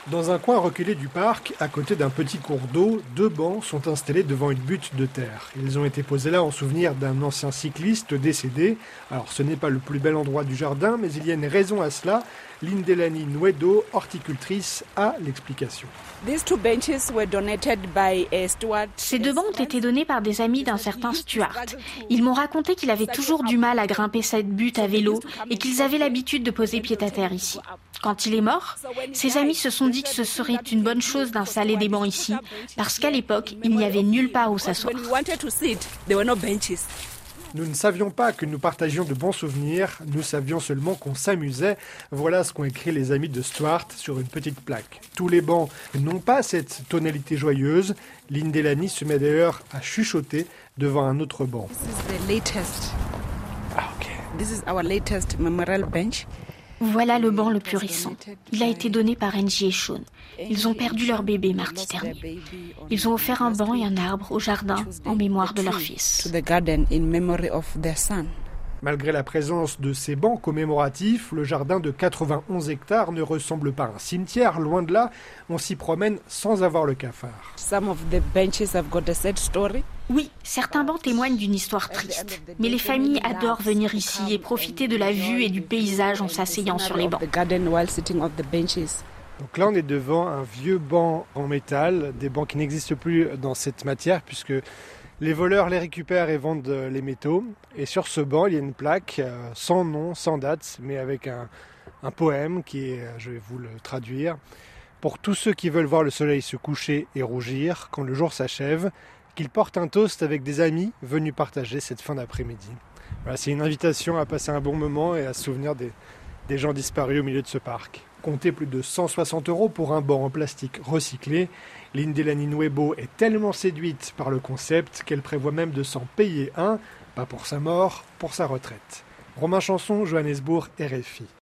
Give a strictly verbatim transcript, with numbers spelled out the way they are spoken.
Dans un coin reculé du parc, à côté d'un petit cours d'eau, deux bancs sont installés devant une butte de terre. Ils ont été posés là en souvenir d'un ancien cycliste décédé. Alors ce n'est pas le plus bel endroit du jardin, mais il y a une raison à cela. Lindelani Nuedo, horticultrice, a l'explication. Ces deux bancs ont été donnés par des amis d'un certain Stuart. Ils m'ont raconté qu'il avait toujours du mal à grimper cette butte à vélo et qu'ils avaient l'habitude de poser pied à terre ici. Quand il est mort, ses amis se sont dit que ce serait une bonne chose d'installer des bancs ici, parce qu'à l'époque, il n'y avait nulle part où s'asseoir. Nous ne savions pas que nous partagions de bons souvenirs, nous savions seulement qu'on s'amusait. Voilà ce qu'ont écrit les amis de Stuart sur une petite plaque. Tous les bancs n'ont pas cette tonalité joyeuse. Lindelani se met d'ailleurs à chuchoter devant un autre banc. Ah, ok. This is our latest memorial bench. Voilà le banc le plus récent. Il a été donné par Angie et Sean. Ils ont perdu leur bébé mardi dernier. Ils ont offert un banc et un arbre au jardin en mémoire de leur fils. Malgré la présence de ces bancs commémoratifs, le jardin de quatre-vingt-onze hectares ne ressemble pas à un cimetière, loin de là. On s'y promène sans avoir le cafard. Oui, certains bancs témoignent d'une histoire triste. Mais les familles adorent venir ici et profiter de la vue et du paysage en s'asseyant sur les bancs. Donc là, on est devant un vieux banc en métal, des bancs qui n'existent plus dans cette matière puisque les voleurs les récupèrent et vendent les métaux. Et sur ce banc, il y a une plaque sans nom, sans date, mais avec un, un poème qui est, je vais vous le traduire. Pour tous ceux qui veulent voir le soleil se coucher et rougir quand le jour s'achève, qu'ils portent un toast avec des amis venus partager cette fin d'après-midi. Voilà, c'est une invitation à passer un bon moment et à se souvenir des, des gens disparus au milieu de ce parc. Comptez plus de cent soixante euros pour un banc en plastique recyclé. Lindelani Nuedo est tellement séduite par le concept qu'elle prévoit même de s'en payer un, pas pour sa mort, pour sa retraite. Romain Chanson, Johannesburg, R F I.